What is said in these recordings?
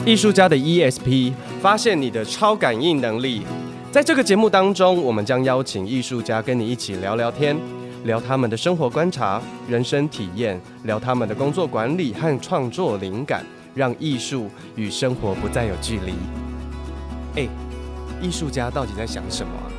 艺术家的 ESP， 发现你的超感应能力。在这个节目当中，我们将邀请艺术家跟你一起聊聊天，聊他们的生活观察、人生体验，聊他们的工作管理和创作灵感，让艺术与生活不再有距离。艺术家到底在想什么啊？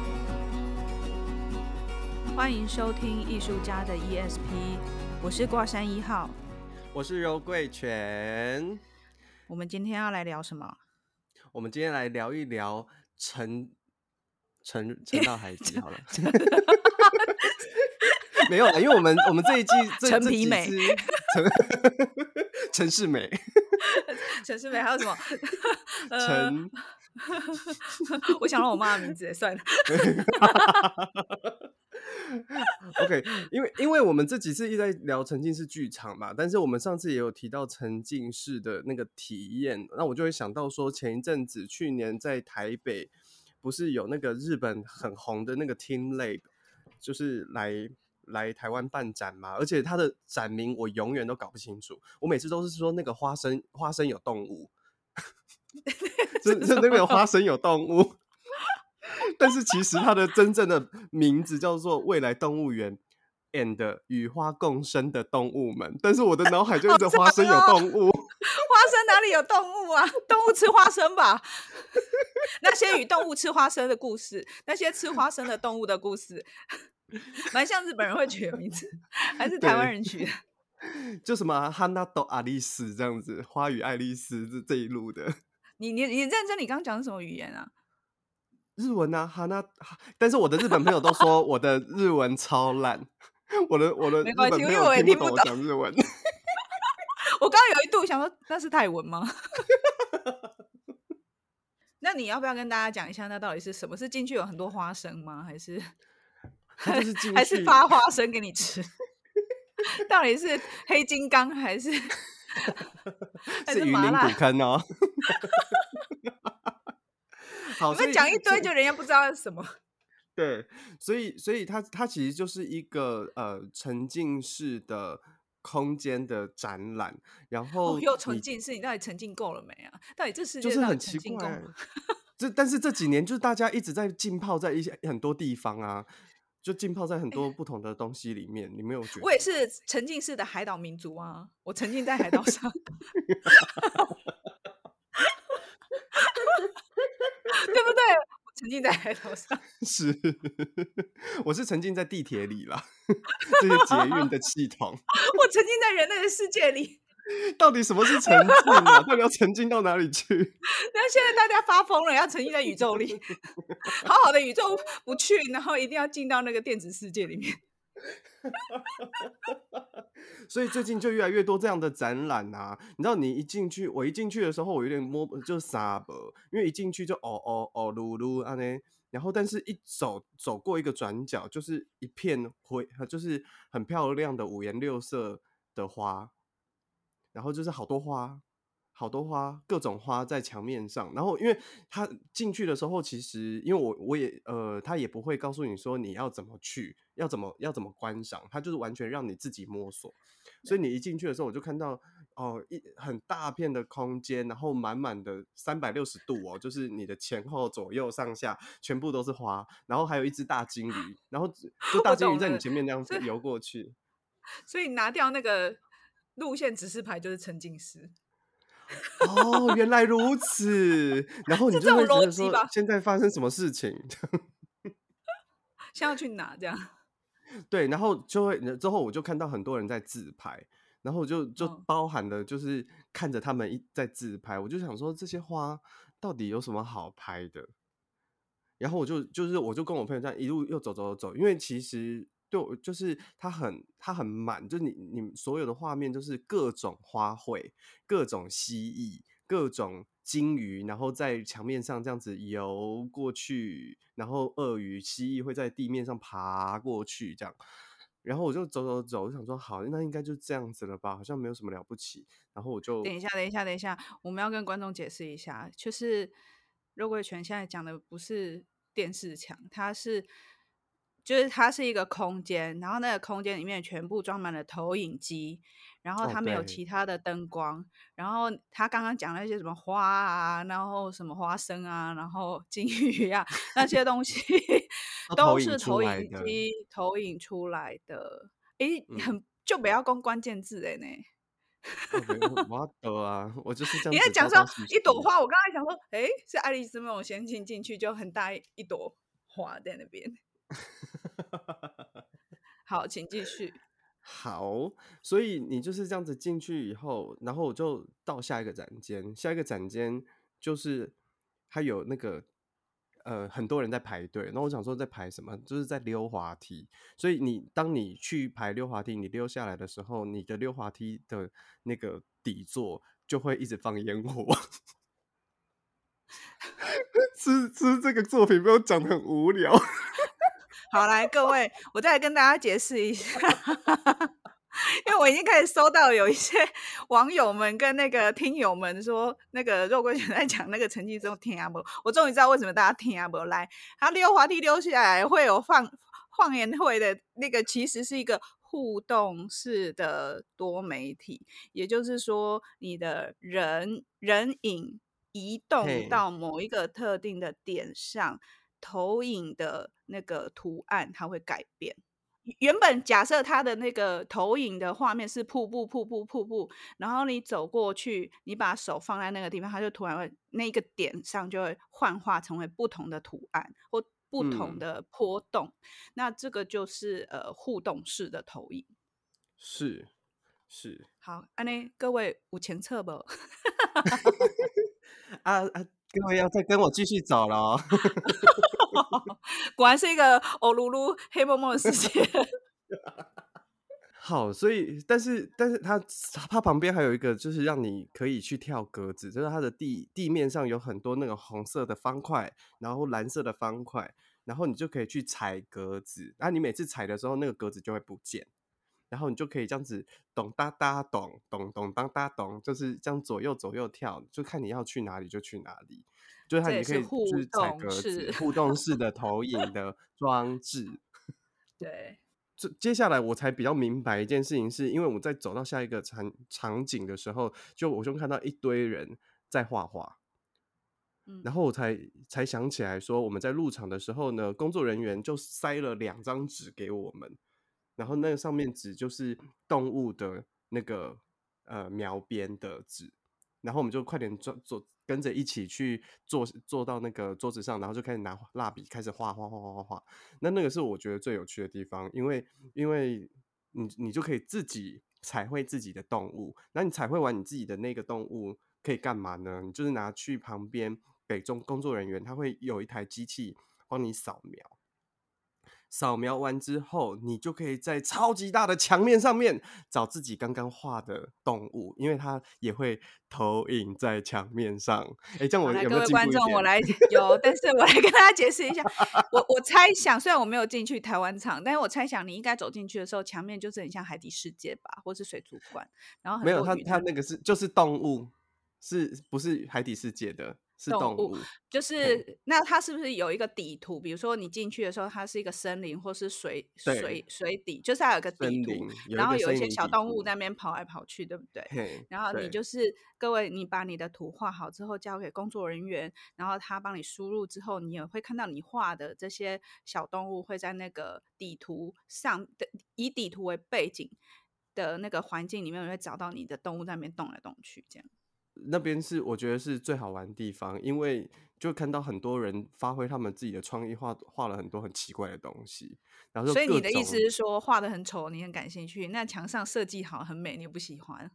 欢迎收听艺术家的 ESP， 我是挂山1号， 我是柔桂泉。 我们今天要来聊什么？ 我们今天来聊一聊沉到海底好了。没有了，因为我们这一季陈皮美陈世美陈世美还有什么？我想到我妈的名字，算了。 OK， 因为我们这几次一直在聊沉浸式剧场嘛，但是我们上次也有提到沉浸式的那个体验，那我就会想到说，前一阵子去年在台北不是有那个日本很红的那个 TeamLab， 就是来台湾办展嘛，而且它的展名我永远都搞不清楚，我每次都是说那个花生有动物，是那个花生有动物。但是其实它的真正的名字叫做未来动物园 and 与花共生的动物们，但是我的脑海就一直花生有动物。 花生哪里有动物啊？动物吃花生吧。那些与动物吃花生的故事，那些吃花生的动物的故事，蛮像日本人会取的名字，还是台湾人取的？ 就什么哈娜多阿丽丝这样子，花与爱丽丝这一路的。 你认真，你刚刚讲的什么语言啊？ 日文啊，但是我的日本朋友都说我的日文超烂，我的日本朋友听不懂我讲日文。 我刚刚有一度想说那是泰文吗？那你要不要跟大家讲一下，那到底是什么？是进去有很多花生吗？还是就是进去还是发花生给你吃？到底是黑金刚还是是云林古坑哦？ 好，你们讲一堆，就人家不知道是什么。 对，所以它其实就是一个沉浸式的空间的展览，然后又沉浸式，你到底沉浸够了没啊？到底这世界就是很沉浸够奇怪。但是这几年就是大家一直在浸泡在很多地方啊，就浸泡在很多不同的东西里面，你没有觉得？ 我也是沉浸式的海岛民族啊，我沉浸在海岛上。对不对？我沉浸在海岛上。 是，我是沉浸在地铁里啦，这些捷运的系统。 我沉浸在人类的世界里。 到底什么是沉浸啊？到底要沉浸到哪里去？ 那现在大家发疯了，要沉浸在宇宙里，好好的宇宙不去，然后一定要进到那个电子世界里面。 所以最近就越来越多这样的展览啊！你知道，我一进去的时候，我有点就傻吧，因为一进去就噜噜啊呢，然后但是一走过一个转角，就是一片就是很漂亮的五颜六色的花，然后就是好多花，各种花在墙面上。然后因为他进去的时候，其实因为我也他也不会告诉你说你要怎么去，要怎么观赏，他就是完全让你自己摸索。所以你一进去的时候，我就看到很大片的空间，然后满满的360度哦，就是你的前后左右上下全部都是花，然后还有一只大金鱼，然后就大金鱼在你前面那样游过去。 所以拿掉那个路线指示牌就是沉浸式。 哦，原来如此。然后你就会觉得说，现在发生什么事情？ 现在要去哪？这样。 对，然后之后我就看到很多人在自拍，然后就包含了就是看着他们在自拍，我就想说这些花到底有什么好拍的？然后我就跟我朋友这样一路又走，因为其实就是它很满，就是你所有的画面就是各种花卉、各种蜥蜴、各种金鱼，然后在墙面上这样子游过去，然后鳄鱼、蜥蜴会在地面上爬过去这样。然后我就走，我想说好，那应该就这样子了吧，好像没有什么了不起。然后我就等一下，我们要跟观众解释一下，就是肉桂犬现在讲的不是电视墙，它是就是它是一个空间，然后那个空间里面全部装满了投影机，然后哦， 它没有对， 其他的灯光，然后他刚刚讲那些什么花啊，然后什么花生啊，然后金鱼啊那些东西都投都影出是投影来的。 机投影出来的。诶， 嗯， 就不要讲关键字呢。 没有，我得啊，我就是这样子叨你在讲说叨细细。 一朵花，我刚才想说，诶，是《爱丽丝梦游仙境》进去就很大一朵花在那边。好，请继续。 好，所以你就是这样子进去以后，然后我就到下一个展间，下一个展间就是还有那个很多人在排队，然后我想说在排什么，就是在溜滑梯。所以当你去排溜滑梯，你溜下来的时候，你的溜滑梯的那个底座就会一直放烟火。吃这个作品被我讲的很无聊。 好，来各位，我再来跟大家解释一下，因为我已经开始收到有一些网友们跟那个听友们说，那个肉桂卷在讲那个陈绮贞听阿伯，我终于知道为什么大家听阿伯来，他溜滑梯溜下来会有放言会的那个，其实是一个互动式的多媒体，也就是说，你的人影移动嘿， 到某一个特定的点上，投影的那个图案它会改变。原本假设它的那个投影的画面是瀑布，瀑布，瀑布，然后你走过去，你把手放在那个地方，它就突然会那个点上就会幻化成为不同的图案或不同嗯， 的波动。那这个就是互动式的投影。 是是。 好，安内各位有前测不？ 各位要再跟我继续走了哦。 果然是一个欧噜噜黑蒙蒙的世界。 好，所以但是它旁边还有一个，就是让你可以去跳格子，就是它的地面上有很多那个红色的方块，然后蓝色的方块，然后你就可以去踩格子，然后你每次踩的时候，那个格子就会不见，然后你就可以这样子咚哒哒咚咚咚当哒咚，就是这样左右跳，就看你要去哪里就去哪里，就是这也你可以就是互是踩动格子， 式。 互动式的投影的装置。 对， 接下来我才比较明白一件事情是，因为我在走到下一个场景的时候，我就看到一堆人在画画， 嗯， 然后我才想起来说，我们在入场的时候呢，工作人员就塞了2张纸给我们，然后那个上面纸就是动物的那个描边的纸，然后我们就快点跟着一起去坐到那个桌子上，然后就开始拿蜡笔开始画。那个是我觉得最有趣的地方，因为你就可以自己彩绘自己的动物，那你彩绘完你自己的那个动物可以干嘛呢？你就是拿去旁边北中工作人员他会有一台机器帮你扫描。扫描完之后，你就可以在超级大的墙面上面找自己刚刚画的动物，因为它也会投影在墙面上。哎，这样好，来我有没有各位观众， 进步一点？ 但是我来跟大家解释一下。我猜想，虽然我没有进去台湾场，但是我猜想你应该走进去的时候，墙面就是很像海底世界吧，或是水族馆，然后没有， 很多鱼在那边它那个就是动物，是不是海底世界的？是动物， 动物。 就嘿， 是那它是不是有一个底图？比如说你进去的时候，它是一个森林或是对， 水底，就是它有个底图， 森林有一然后个森有一些小林底图。 动物在那边跑来跑去，对不对？ 嘿， 然后你对， 就是各位，你把你的图画好之后交给工作人员，然后他帮你输入之后，你也会看到你画的这些小动物会在那个底图上的，以底图为背景的那个环境里面，你会找到你的动物在那边动来动去，这样。 那边是我觉得是最好玩的地方，因为就看到很多人发挥他们自己的创意画了很多很奇怪的东西，然后就所以你的意思各种。 是说画的很丑，你很感兴趣，那墙上设计好很美，你不喜欢？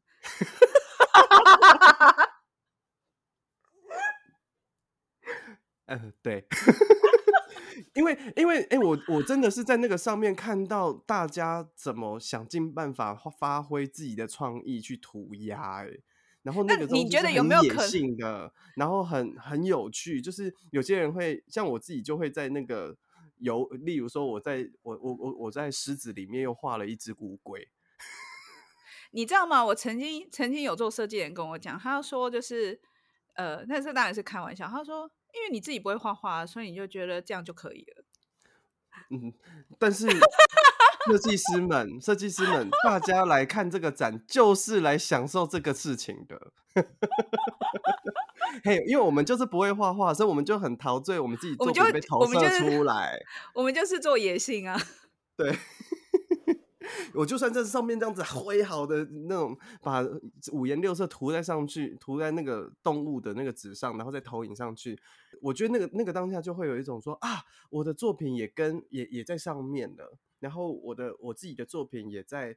对。因为我真的是在那个上面看到大家怎么想尽办法发挥自己的创意去涂鸦，然后那个东那你觉得有西是很没有可能？ 野性的，然后很有趣，就是有些人会像我自己就会在那个例如说我在狮子里面又画了一只乌龟。 你知道吗？我曾经有做设计的人跟我讲，他说就是那这当然是开玩笑，他说因为你自己不会画画，所以你就觉得这样就可以了。 嗯，但是设计师们，大家来看这个展就是来享受这个事情的。嘿，因为我们就是不会画画，所以我们就很陶醉，我们自己我们就作品被投射我们就是出来。 我们就是做野性啊。 对，我就算在上面这样子挥好的那种，把五颜六色涂在上去，涂在那个动物的那个纸上，然后再投影上去，我觉得那个当下就会有一种说啊，我的作品也在上面了，然后我自己的作品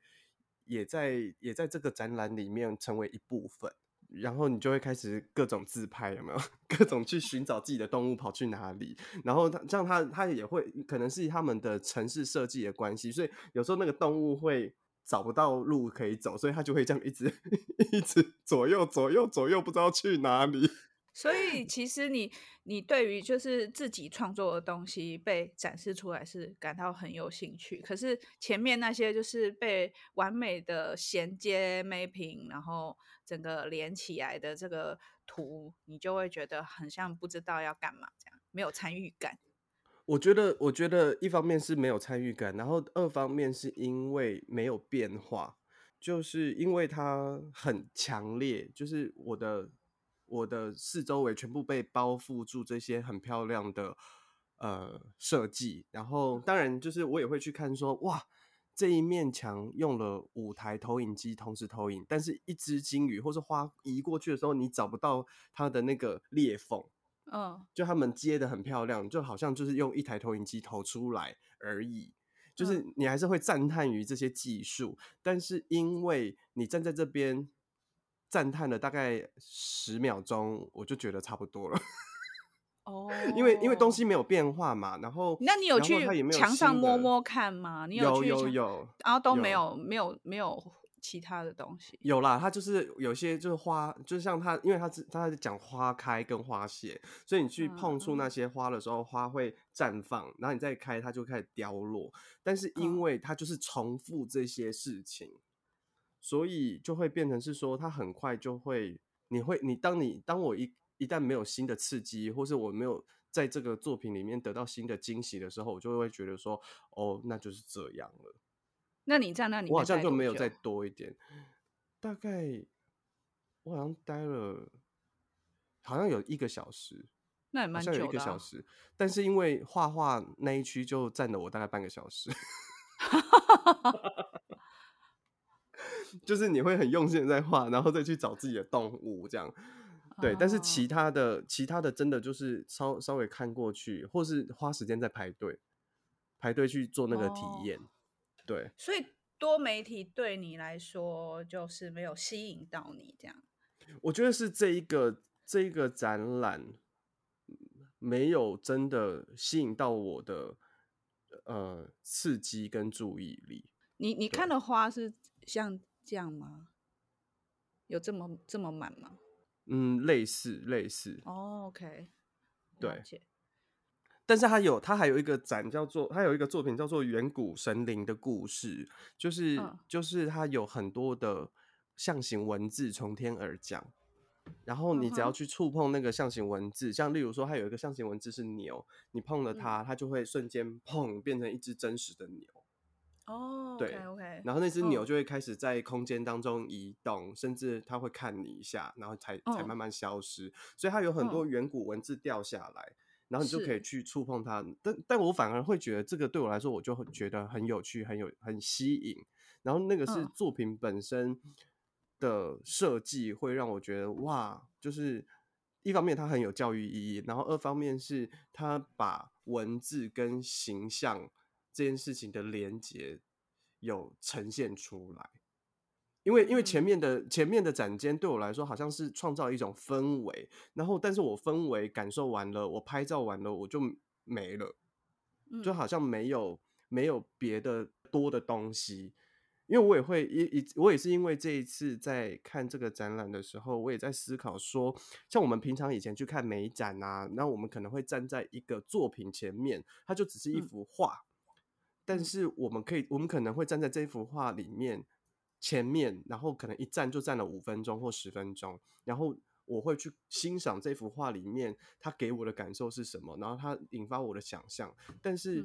也在这个展览里面成为一部分。然后你就会开始各种自拍，有没有？各种去寻找自己的动物跑去哪里，然后这样它也会可能是他们的城市设计的关系，所以有时候那个动物会找不到路可以走，所以它就会这样一直一直左右左右左右，不知道去哪里。 所以其实你对于就是自己创作的东西被展示出来是感到很有兴趣，可是前面那些就是被完美的衔接 mapping，然后整个连起来的这个图，你就会觉得很像不知道要干嘛这样，没有参与感。 我觉得一方面是没有参与感，然后二方面是因为没有变化，就是因为它很强烈，就是我的四周围全部被包覆住这些很漂亮的设计，然后当然就是我也会去看说，哇，这一面墙用了5台投影机同时投影，但是一只金鱼或是花移过去的时候，你找不到它的那个裂缝。 嗯就他们接的很漂亮，就好像就是用一台投影机投出来而已。就是嗯。 你还是会赞叹于这些技术，但是因为你站在这边赞叹了大概10秒钟，我就觉得差不多了。因为东哦， 西没有变化嘛，然后那你有然后它去也没有墙上新的， 摸摸看吗？你有有去墙， 有有然后都没有。 有没有其他的东西。 有啦，它就是有些就是花，就像它，因为它在讲花开跟花谢，所以你去碰触那嗯些花的时候，花会绽放，然后你再开，它就开始凋落。但是因嗯为它就是重复这些事情，所以就会变成是说，它很快就会，当我一旦没有新的刺激，或是我没有在这个作品里面得到新的惊喜的时候，我就会觉得说，哦，那就是这样了。 那你在那里面我好像就待多久？ 没有再多一点，大概我好像待了，好像有1个小时， 那也蛮好像有一久的啊。 个小时，但是因为画画那一区就占了我大概半个小时，就是你会很用心的在画，然后再去找自己的动物这样。对，但是其哦他的其他的真的就是稍微看过去，或是花时间在排队去做那个体哦， 验。对， 所以多媒体对你来说就是没有吸引到你这样。 我觉得是这一个展览没有真的吸引到我的刺激跟注意力。 你看对， 的花是像这样吗？有这么满吗？ 嗯，类似， 哦，OK，了对。 解。 但是它还有一个展叫做，它有一个作品叫做《远古神灵的故事》，就是嗯就是它有很多的象形文字从天而降，然后你只要嗯哼去触碰那个象形文字，像例如说它有一个象形文字是牛，你碰了嗯。 它，它就会瞬间砰变成一只真实的牛。 哦，OK 对， OK， 然后那只牛嗯就会开始在空间当中移动，甚至它会看你一下，然后才嗯慢慢消失。所以它有很嗯， 多远古文字掉下来，然后你就可以是。 去触碰它。但我反而会觉得这个对我来说，我就会觉得很有趣，很吸引。然后那个是嗯作品本身的设计，会让我觉得哇，就是一方面它很有教育意义，然后二方面是它把文字跟形象这件事情的连接有呈现出来。因为嗯前面的展间对我来说好像是创造一种氛围，然后但是我氛围感受完了，我拍照完了，我就没了，就嗯好像没有别的多的东西。因为我也会我也是因为这一次在看这个展览的时候，我也在思考说，像我们平常以前去看美展啊，那我们可能会站在一个作品前面，它就只是一嗯幅画，但嗯是我们可能会站在这幅画里面前面，然后可能一站就站了5分钟或10分钟，然后我会去欣赏这幅画里面它给我的感受是什么，然后它引发我的想象。但是嗯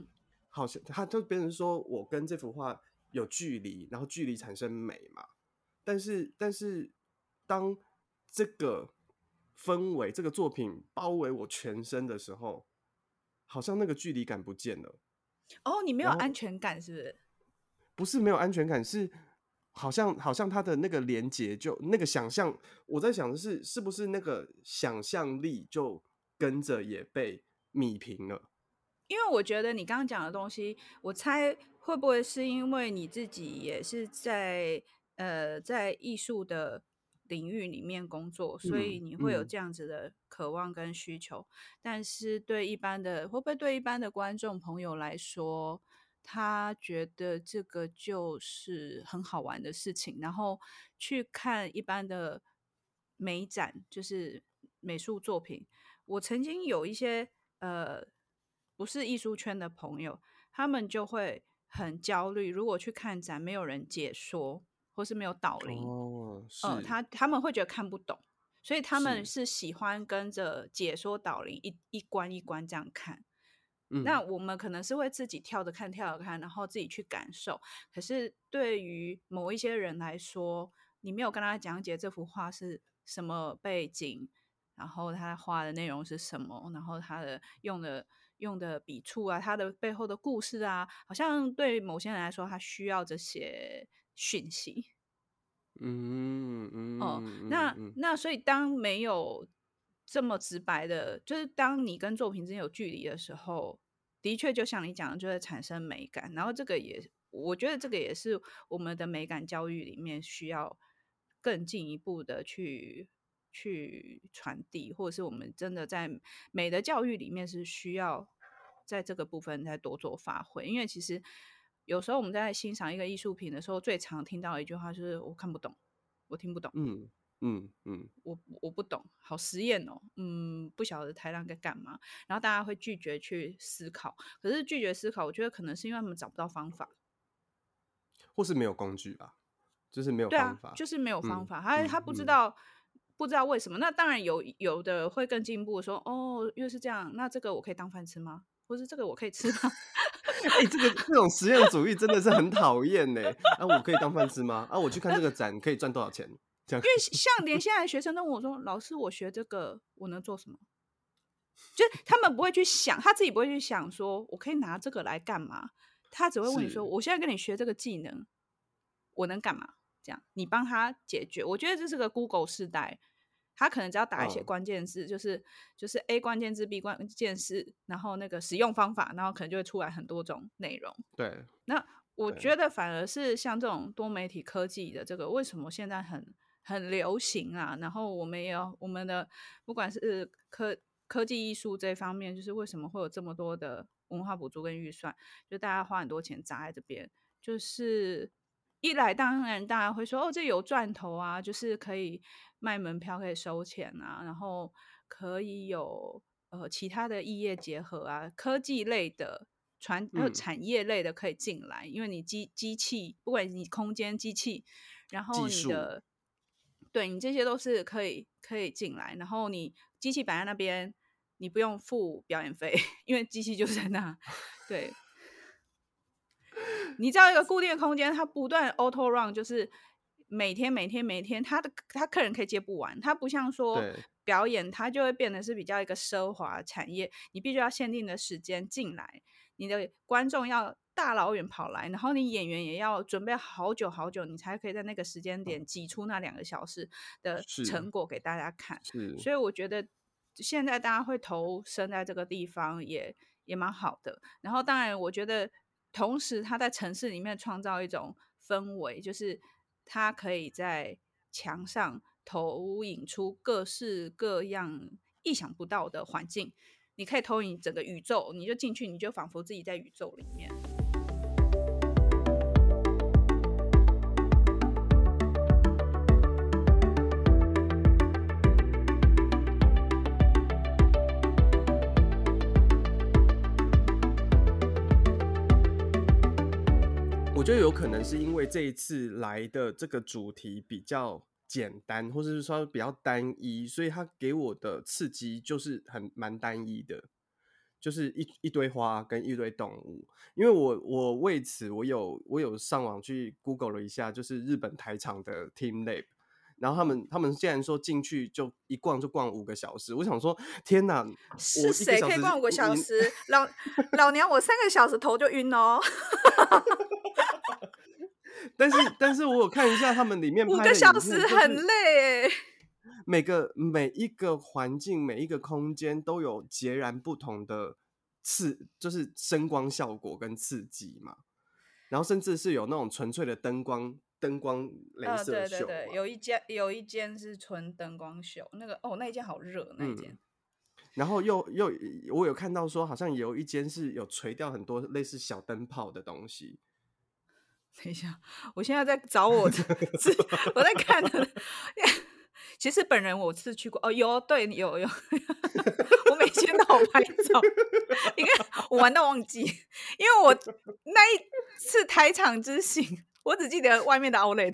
好像它就变成说我跟这幅画有距离，然后距离产生美嘛。但是当这个氛围这个作品包围我全身的时候，好像那个距离感不见了。 哦，你没有然后安全感是不是？ 不是没有安全感，是好像他的那个连接就那个想象，我在想的是不是那个想象力就跟着也被弭平了。 因为我觉得你刚刚讲的东西，我猜会不会是因为你自己也是在艺术的领域里面工作，所以你会有这样子的渴望跟需求。但是会不会对一般的观众朋友来说，他觉得这个就是很好玩的事情，然后去看一般的美展，就是美术作品。我曾经有一些不是艺术圈的朋友，他们就会很焦虑，如果去看展没有人解说，或是没有导聆， 哦，是他们会觉得看不懂，所以他们是， 是喜欢跟着解说导聆一关一关这样看。那嗯我们可能是会自己跳着看，跳着看，然后自己去感受。可是对于某一些人来说，你没有跟他讲解这幅画是什么背景，然后他画的内容是什么，然后他的用的笔触啊，他的背后的故事啊，好像对某些人来说，他需要这些讯息。 嗯哦， 嗯嗯嗯那所以当没有这么直白的，就是当你跟作品之间有距离的时候，的确就像你讲的，就会产生美感。然后这个也，我觉得这个也是我们的美感教育里面需要更进一步的去传递，或者是我们真的在美的教育里面是需要在这个部分再多做发挥。因为其实有时候我们在欣赏一个艺术品的时候，最常听到的一句话就是“我看不懂”。我听不懂， 嗯嗯嗯， 我不懂，好实验哦，不晓得台上在干嘛，然后大家会拒绝去思考，可是拒绝思考，我觉得可能是因为他们找不到方法， 或是没有工具吧，就是没有对啊， 方法。 就是没有方嗯法，他不知嗯道为什么，那当然有的会更进步说，哦，又是这样，那这个我可以当饭吃吗？或是这个我可以吃吗？ 哎、这种实验主义真的是很讨厌呢。啊，我可以当饭吃吗？啊，我去看这个展可以赚多少钱？这样因为像连现在的学生都问我说，老师，我学这个我能做什么？就是他们不会去想，他自己不会去想说，我可以拿这个来干嘛？他只会问你说， 是我现在跟你学这个技能，我能干嘛？这样你帮他解决。我觉得这是个 Google 时代，他可能只要打一些嗯关键字，就是 A 关键字 B 关键字，然后那个使用方法，然后可能就会出来很多种内容。 对那我对， 觉得反而是像这种多媒体科技的这个，为什么现在很流行啊？然后我们也有我们的不管是科技艺术这方面，就是为什么会有这么多的文化补助跟预算，就大家花很多钱砸在这边，就是一来当然大家会说哦，这有赚头啊，就是可以卖门票可以收钱啊，然后可以有其他的异业结合啊，科技类的还有嗯， 产业类的可以进来，因为你机器，不管你空间机器，然后技术对你这些都是可以进来，然后你机器摆在那边，你不用付表演费，因为机器就在那，对。你知道一个固定的空间，它不断 auto run，就是每天，他客人可以接不完。它不像说对表演，它就会变得是比较一个奢华产业，你必须要限定的时间进来，你的观众要大老远跑来，然后你演员也要准备好久好久，你才可以在那个时间点挤出那2个小时的是成果给大家看。 是， 所以我觉得现在大家会投身在这个地方也蛮好的。然后当然，我觉得同时他在城市里面创造一种氛围，就是他可以在墙上投影出各式各样意想不到的环境。你可以投影整个宇宙，你就进去，你就仿佛自己在宇宙里面。 我觉得有可能是因为这一次来的这个主题比较简单，或者是说比较单一，所以它给我的刺激就是蛮单一的。 就是一堆花跟一堆动物。因为我为此我有上网去 Google 了一下，就是日本台场的 Team Lab。然后他们竟然说进去就一逛就逛5个小时，我想说天哪， 是我1个小时谁可以逛5个小你时？老娘我3个小时头就晕哦。 但是我有看一下他们里面 5 拍的个小影片，就时很是累哎。 每一个环境每一个空间都有截然不同的就是声光效果跟刺激嘛，然后甚至是有那种纯粹的灯光镭射对对对， 秀嘛。 有一间是纯灯光秀，那个那一间好热那一间。 然后我有看到说好像有一间是有垂掉很多类似小灯泡的东西。 等一下，我现在在找我在看的。其实本人我是去过有对有我每天都有拍照。你看我玩到忘记，因为我那一次台场之行，我只记得外面的 outlet。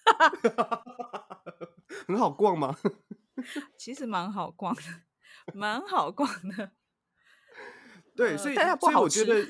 很好逛吗？ 其实蛮好逛的，蛮好逛的。 对， 但它不所以好吃。 我觉得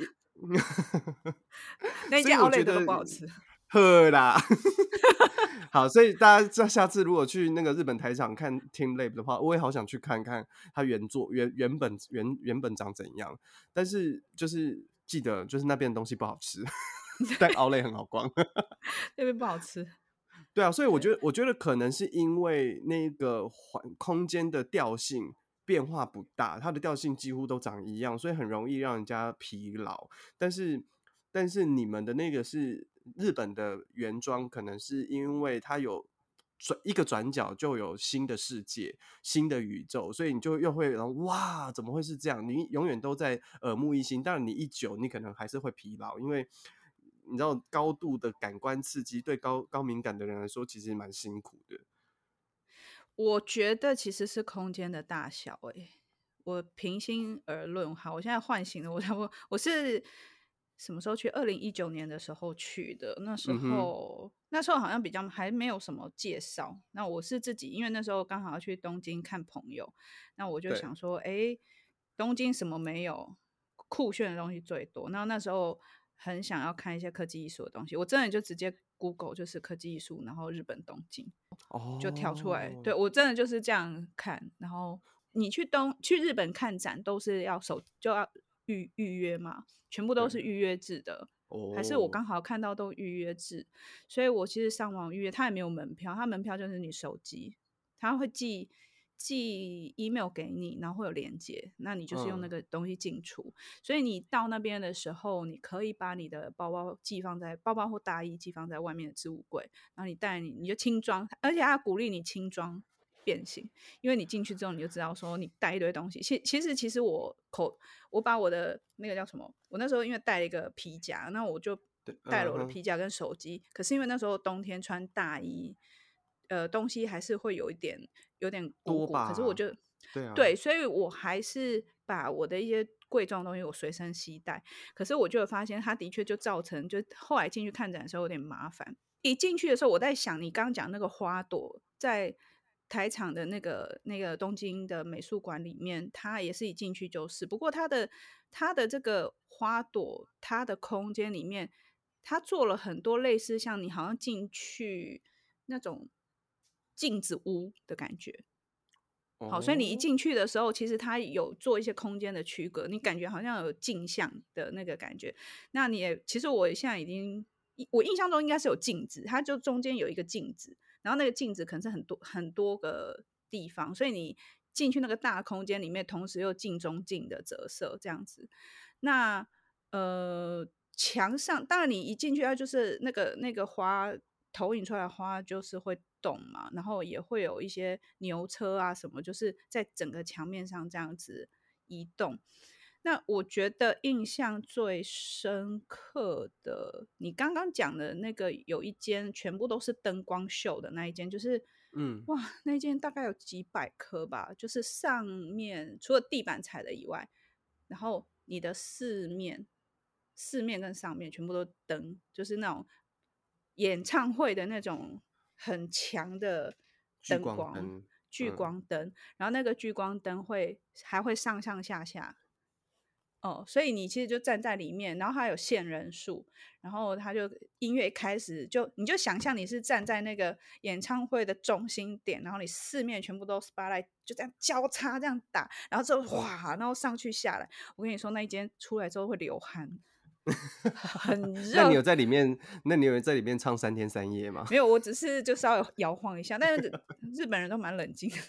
那间所以我觉 outlet 都得不好吃。 呵啦。好，所以大家下次如果去那个日本台场看 Team Lab 的话，我也好想去看看它原本长怎样。但是就是记得就是那边的东西不好吃，但 Outlet 很好逛。 那边不好吃。 对啊，所以我觉得可能是因为那个空间的调性变化不大，它的调性几乎都长一样，所以很容易让人家疲劳。但是你们的那个是日本的原装，可能是因为它有一个转角就有新的世界、新的宇宙，所以你就又会哇，怎么会是这样？你永远都在耳目一新，当然你一久，你可能还是会疲劳，因为你知道高度的感官刺激对高敏感的人来说，其实蛮辛苦的。 我觉得其实是空间的大小我平心而论，好，我现在唤醒了我，差不多我是什么时候去？2019年的时候去的。那时候好像比较还没有什么介绍。那我是自己，因为那时候刚好要去东京看朋友，那我就对， 想说，东京什么没有，酷炫的东西最多。然后那时候很想要看一些科技艺术的东西，我真的就直接 Google 就是科技艺术，然后日本东京。就跳出来。对，我真的就是这样看。然后你去日本看展都是就要预约嘛，全部都是预约制的。还是我刚好看到都预约制，所以我其实上网预约，它也没有门票，它门票就是你手机，它会寄 email 给你，然后会有连接，那你就是用那个东西进出。所以你到那边的时候，你可以把你的包包或大衣寄放在外面的置物柜，然后你就轻装，而且他鼓励你轻装变形，因为你进去之后你就知道说你带一堆东西。其实我把我的那个叫什么，我那时候因为带了一个皮夹，那我就带了我的皮夹跟手机。可是因为那时候冬天穿大衣，东西还是会有点鼓鼓。可是我就对，所以我还是把我的一些贵重的东西我随身携带。可是我就发现它的确就造成，就后来进去看展的时候有点麻烦。一进去的时候，我在想你刚刚讲那个花朵在台场的那个东京的美术馆里面，它也是一进去就是。不过它的这个花朵，它的空间里面，它做了很多类似像你好像进去那种镜子屋的感觉。好，所以你一进去的时候，其实它有做一些空间的区隔，你感觉好像有镜像的那个感觉。那其实我现在我印象中应该是有镜子，它就中间有一个镜子，然后那个镜子可能是很多个地方，所以你进去那个大空间里面，同时又镜中镜的折射这样子。那墙上当然你一进去，它就是那个花投影出来的花就是会动嘛，然后也会有一些牛车啊什么，就是在整个墙面上这样子移动。那我觉得印象最深刻的，你刚刚讲的那个有一间全部都是灯光秀的那一间，就是哇，那一间大概有几百颗吧，就是上面除了地板踩的以外，然后你的四面跟上面全部都灯，就是那种演唱会的那种很强的聚灯光， 光灯， 聚光灯。然后那个聚光灯还会上上下下， 哦，所以你其实就站在里面，然后它有限人数，然后它就音乐一开始你就想象你是站在那个演唱会的中心点，然后你四面全部都 spotlight 就这样交叉这样打，然后之后哗，然后上去下来，我跟你说那一间出来之后会流汗，很那你热。 有在里面？那你有在里面唱3天3夜吗？ 没有，我只是就稍微摇晃一下，但是日本人都蛮冷静的，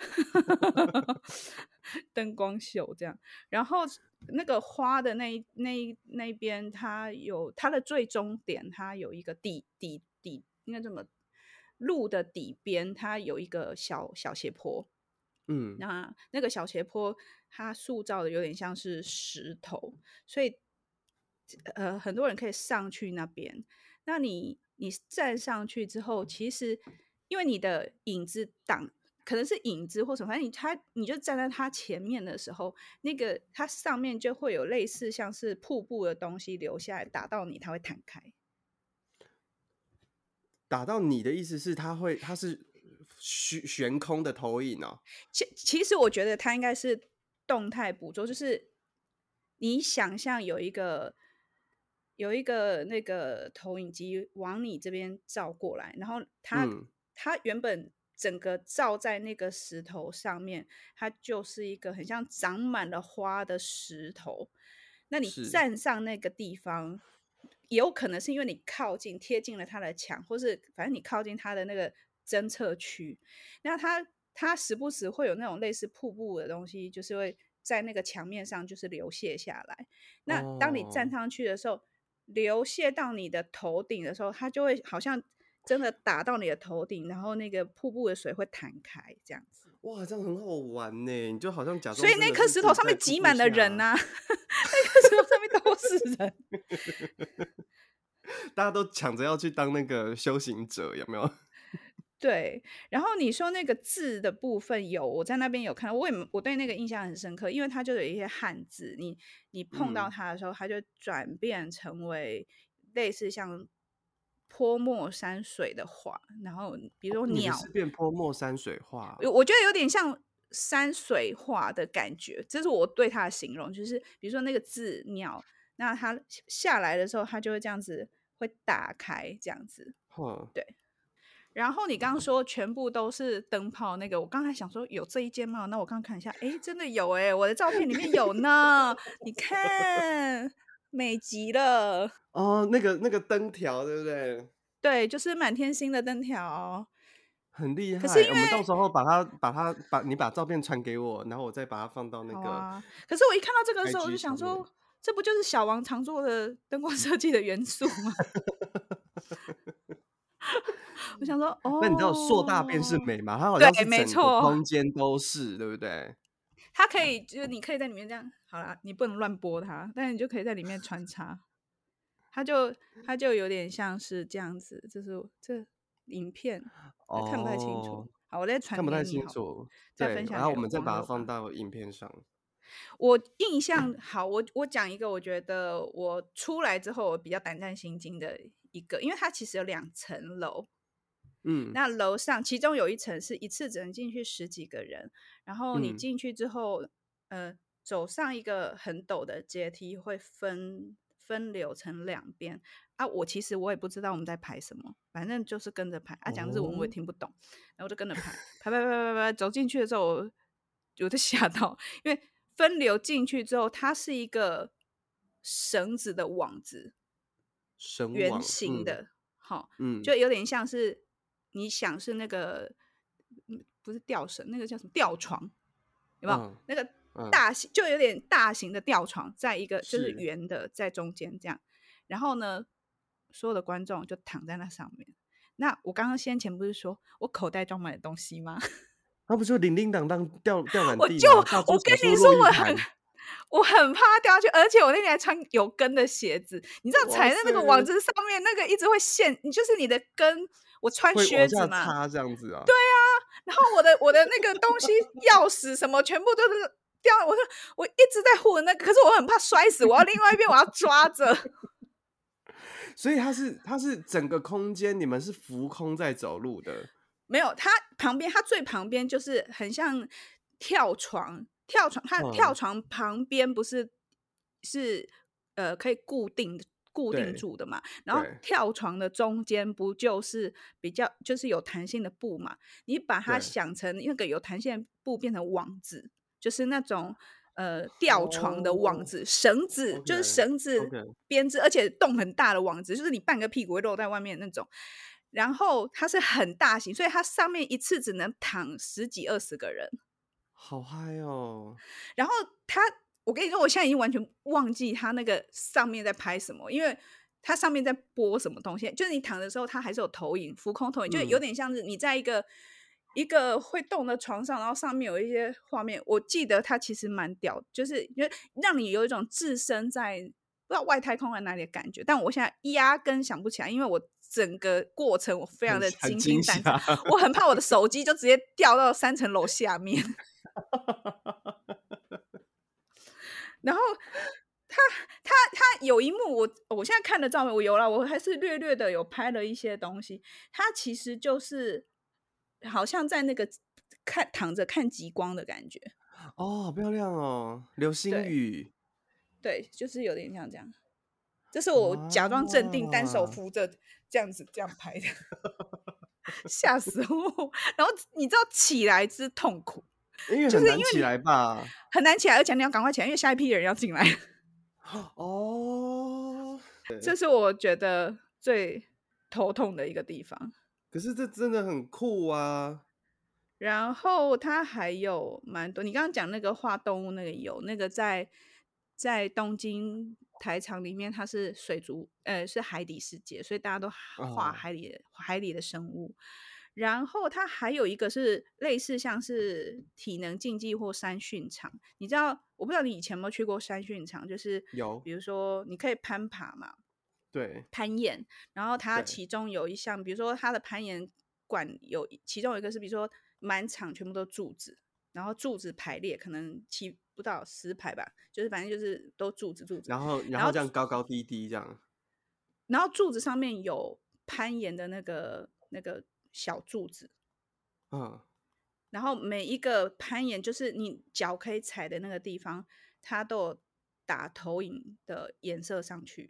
灯光秀这样。然后那个花的那一边，它有它的最终点，它有一个底，应该这么路的底边，它有一个小斜坡。 嗯， 那个小斜坡，它塑造的有点像是石头，所以很多人可以上去那边。那你站上去之后，其实因为你的影子可能是影子或什么，反正你就站在它前面的时候，那个它上面就会有类似像是瀑布的东西流下来，打到你，它会弹开。 打到你的意思是它是悬空的投影哦。 其实我觉得它应该是动态捕捉，就是你想象有一个那个投影机往你这边照过来，然后它原本整个照在那个石头上面，它就是一个很像长满了花的石头。那你是站上那个地方，也有可能是因为你贴近了它的墙，或是反正你靠近它的那个侦测区，那它时不时会有那种类似瀑布的东西，就是会在那个墙面上就是流泻下来。那当你站哦。 上去的时候，流泻到你的头顶的时候，它就会好像真的打到你的头顶，然后那个瀑布的水会弹开这样子。 哇，这样很好玩呢！你就好像假所以装真的那颗石头是自己在上面挤瀑布下。 满了人啊，那颗石头上面都是人。 大家都抢着要去当那个修行者，有没有？ 对，然后你说那个字的部分我在那边有看到，我对那个印象很深刻，因为它就有一些汉字，你碰到它的时候，它就转变成为类似像泼墨山水的画，然后比如说你的是鸟， 变泼墨山水画哦。 我觉得有点像山水画的感觉，这是我对它的形容，就是比如说那个字鸟，那它下来的时候，它就会这样子会打开这样子， 哼， 对。然后你刚刚说全部都是灯泡，那个我刚才想说有这一间吗？那我刚刚看一下，哎，真的有哎，我的照片里面有呢，你看，美极了。 哦，那个灯条，对不对？ 对，就是满天星的灯条。 很厉可是因害。我们到为时候你把照片传给我，然后我再把它放到那个好啊，可是我一看到这个时候，我就 IG 上面。 想说，这不就是小王常做的灯光设计的元素吗？我想说， 那你知道硕大便是哦， 美吗？它好像对， 是整个没错。 空间都是，对不对？ 它可以，就是你可以在里面这样，好啦，你不能乱拨它，但是你就可以在里面穿插，它就有点像是这样子，这影片看不太清楚， 哦， 好，我再传看不太给你好了， 清楚。对， 再分享给然后我们再把它网友吧。 放到影片上。 我印象好，我讲一个，我觉得我出来之后我比较胆战心惊的一个，因为它其实有2层楼， 嗯那楼上其中有一层是一次只能进去10几个人，然后你嗯， 进去之后，走上一个很陡的阶梯，会分流成2边啊。其实我也不知道我们在排什么，反正就是跟着排啊。讲日文我也哦， 听不懂，然后就跟着排，走进去的时候我就吓到，因为分流进去之后，它是一个绳子的网子，圆神网， 形的，好， 嗯， 就有点像是你想是那个，不是吊绳，那个叫什么吊床，有没有？ 嗯那个嗯， 就有点大型的吊床，在一个就是是。 圆的在中间这样，然后呢，所有的观众就躺在那上面。那我刚刚先前不是说我口袋装满了东西吗？ 那不就叮叮当当掉满我就地吗？大猪小猪我跟你说， 落玉盘。 我很怕掉下去，而且我那天还穿有跟的鞋子，你知道哇踩在那个网塞， 子上面，那个一直会你就是你的跟，我穿会往下靴子嘛， 插这样子啊？ 对啊，然后我的那个东西钥匙什么全部都是掉，我一直在护那个，可是我很怕摔死，我要另外一边我要抓着。 所以它是整个空间，你们是浮空在走路的。 没有，它最旁边就是很像跳床，它跳嗯， 床旁边不是是可以固定对住的嘛，然后对跳床的中间不就是比较就是有弹性的布嘛？你把它对， 想成那个有弹性的布变成网子，就是那种吊床的网哦子，绳子 ，OK 就是绳子 OK， 编织，而且洞很大的网子，就是你半个屁股会露在外面的那种。然后它是很大型，所以它上面一次只能躺10几20个人。 好嗨哦！ 然后它，我跟你说，我现在已经完全忘记它那个上面在拍什么，因为它上面在播什么东西。就是你躺的时候，它还是有投影，浮空投影，就有嗯， 点像是你在一个会动的床上，然后上面有一些画面。我记得它其实蛮屌，就是因为让你有一种置身在不知道外太空在哪里的感觉。但我现在压根想不起来，因为我整个过程我非常的很惊心胆战， 惊吓。 我很怕我的手机就直接掉到3层楼下面。然后他有一幕我现在看的照片，我有了，我还是略略的有拍了一些东西。他其实就是好像在那个躺着看极光的感觉。 哦，好漂亮哦，流星对雨， 对，就是有点像这样。这是我假装镇定，单手哇！ 扶着这样子这样拍的，吓死我！然后你知道起来之痛苦， 因为就是因为很难起来你吧？ 很难起来，而且你要赶快起来，因为下一批人要进来。 哦， 这是我觉得最头痛的一个地方。 可是这真的很酷啊！ 然后它还有蛮多，你刚刚讲那个画动物那个那个在东京台场里面，它是水族，是海底世界，所以大家都画哦， 海里的生物。然后它还有一个是类似像是体能竞技或山训场，你知道，我不知道你以前有没有去过山训场，就是有， 比如说你可以攀爬嘛， 对攀岩，然后它对， 其中有一项，比如说它的攀岩馆其中有一个是，比如说满场全部都柱子，然后柱子排列可能不到10排吧，就是反正就是都柱子，然后然后这样高高低低这样， 柱子上面有攀岩的那个小柱子， 嗯， 然后每一个攀岩就是你脚可以踩的那个地方，它都有打投影的颜色上去，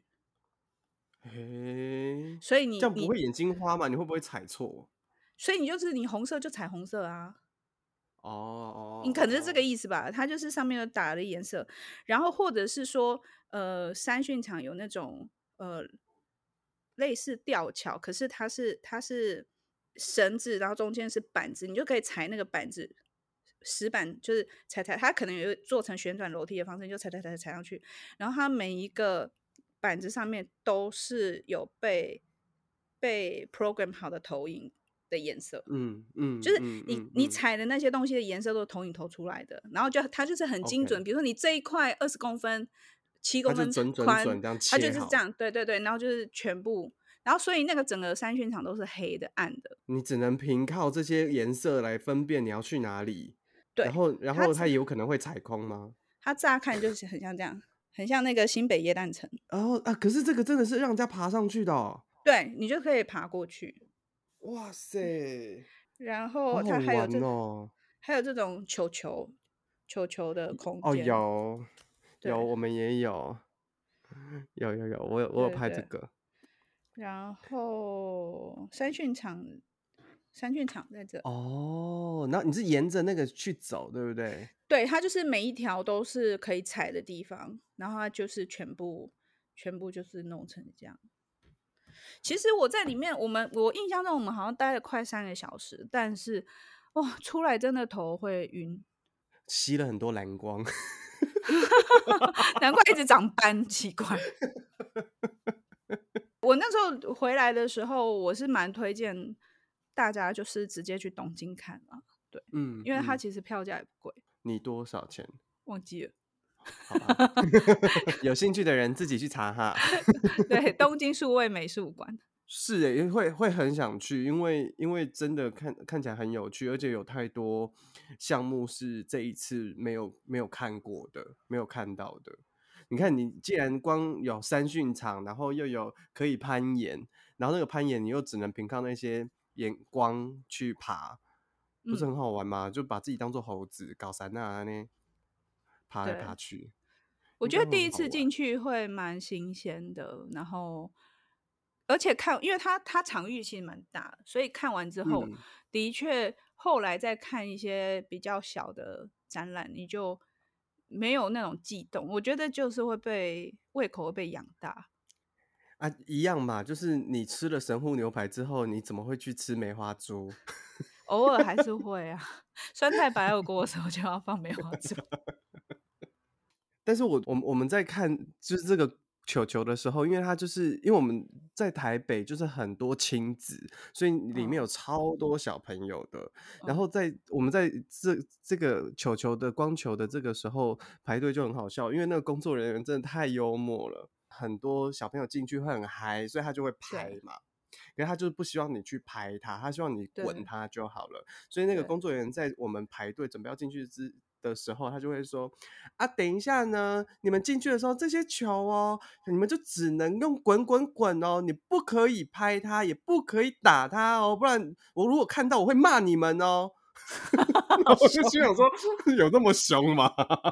嘿， 所以你这样不会眼睛花吗？你会不会踩错？ 所以你就是你红色就踩红色啊。 哦哦你可能是这个哦， 意思吧？它就是上面有打的颜色，然后或者是说，山训场有那种类似吊桥，可是它是绳子，然后中间是板子，你就可以踩那个板子，石板就是踩，它可能有做成旋转楼梯的方式，你就踩上去，然后它每一个板子上面都是有被 program 好的投影的颜色。 嗯嗯就是你嗯嗯嗯踩的那些东西的颜色都是投影投出来的，然后它就是很精准。 ，OK， 比如说你这一块20公分、七它公分就准准宽， 准这样它就切好， 是这样，对对对，然后就是全部，然后所以那个整个山训场都是黑的、暗的， 你只能凭靠这些颜色来分辨你要去哪里，然对， 后然它后它有可能会踩空吗？ 它乍看就是很像这样，很像那个新北耶诞城， 哦啊，可是这个真的是让人家爬上去的哦， 对你就可以爬过去。 哇塞， 然好好后它玩哦！ 还有这种球的空哦， 间， 有， 对我们也有，有，我有对对。 拍这个。 然后山训场在这， 哦，然后你是沿着那个去走，对不对？ 对，它就是每一条都是可以踩的地方，然后它就是全部就是弄成这样。其实我在里面，我印象中我们好像待了快3个小时，但是哇，出来真的头会晕， 吸了很多蓝光。 难怪一直长斑，奇怪。我那时候回来的时候，我是蛮推荐大家就是直接去东京看啊，对，因为它嗯嗯， 其实票价也不贵， 你多少钱？ 忘记了。 好吧，有兴趣的人自己去查哈。 对，东京数位美术馆。 是诶，会很想去，因为真的看起来很有趣，而且有太多项目是这一次没有看过的，没有看到的。你看，你既然光有山训场，然后又有可以攀岩，然后那个攀岩你又只能凭靠那些眼光去爬，不是嗯， 很好玩吗？就把自己当做猴子搞山那呢，爬来爬对， 去。 我应该觉得第一次会很好玩。 进去会蛮新鲜的，然后而且因为它场域其实蛮大的，所以看完之后， 嗯。 的确后来再看一些比较小的展览，你就没有那种悸动。我觉得就是胃口会被养大。 啊，一样嘛，就是你吃了神户牛排之后，你怎么会去吃梅花猪？ 偶尔还是会啊，酸菜白肉锅的时候就要放梅花猪。 但是我们在看就是这个球球的时候，因为它就是因为我们在台北就是很多亲子，所以里面有嗯超多小朋友的。然嗯， 后我们在这个球球的光球的这个时候排队就很好笑，因为那个工作人员真的太幽默了，很多小朋友进去会很嗨，所以他就会拍对嘛。因为他就是不希望你去拍他，他希望你滚对他就好了。所以那个对， 工作人员在我们排队准备要进去的时候，他就会说：啊，等一下呢，你们进去的时候，这些球哦，你们就只能用滚滚滚哦，你不可以拍它，也不可以打它哦，不然我如果看到我会骂你们哦。然后我就好凶心想说， 哦。 有这么凶吗？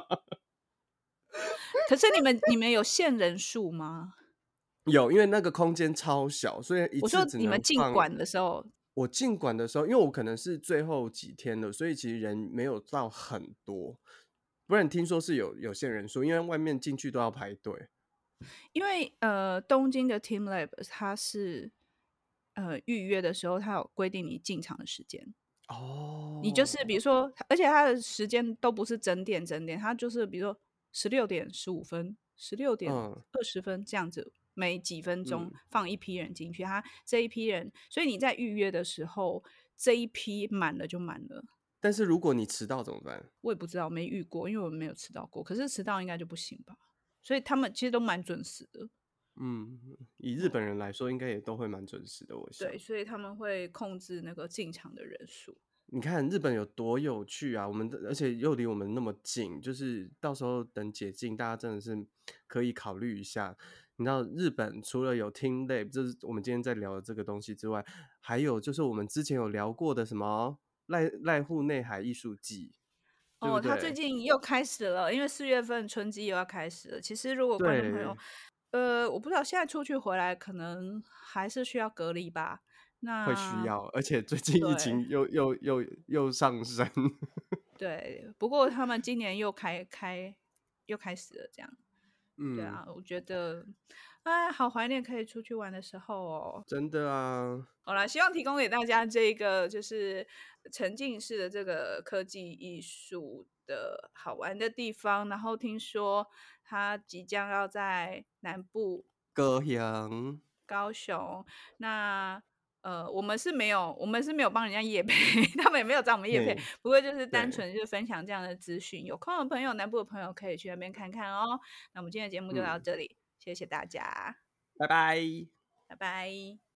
可是你们有限人数吗？ 有，因为那个空间超小，所以一我说次只你们进能放。 馆的时候， 我进馆的时候，因为我可能是最后几天了，所以其实人没有到很多。不然听说是有限人数，因为外面进去都要排队。 因为东京的 Team Lab 它是预约的时候，它有规定你进场的时间。你就是比哦， 如说，而且它的时间都不是整点，它就是比如说16:15、 嗯 16:20这样子，每几分钟嗯， 放一批人进去。他这一批人，所以你在预约的时候，这一批满了就满了。 但是如果你迟到怎么办？ 我也不知道，没遇过，因为我没有迟到过。可是迟到应该就不行吧？所以他们其实都蛮准时的。 嗯，以日嗯， 本人来说，应该也都会蛮准时的，我想。 对，所以他们会控制那个进场的人数。 你看日本有多有趣啊！而且又离我们那么近，就是到时候等解禁，大家真的是可以考虑一下。你知道日本除了有 Team Lab，就是我们今天在聊的这个东西之外，还有就是我们之前有聊过的什么濑户内海艺术季，对不哦，他最对？ 近又开始了，因为4月份春季又要开始了。其实如果观众朋友， 对， 我不知道现在出去回来可能还是需要隔离吧。 会需那要，而且最近疫对情又上升。 对，不过他们今年又开始了，这样。对嗯， 啊，我觉得，哎，好怀念可以出去玩的时候哦。 真的啊， 好啦，希望提供给大家这个就是沉浸式的这个科技艺术的好玩的地方。然后听说它即将要在南部高雄， 高雄，那我们是没有帮人家业配，他们也没有找我们业配， 嘿， 不过就是单对， 纯就是分享这样的资讯。有空的朋友，南部的朋友可以去那边看看哦。那我们今天的节目就到嗯， 这里，谢谢大家， 拜拜。 拜拜。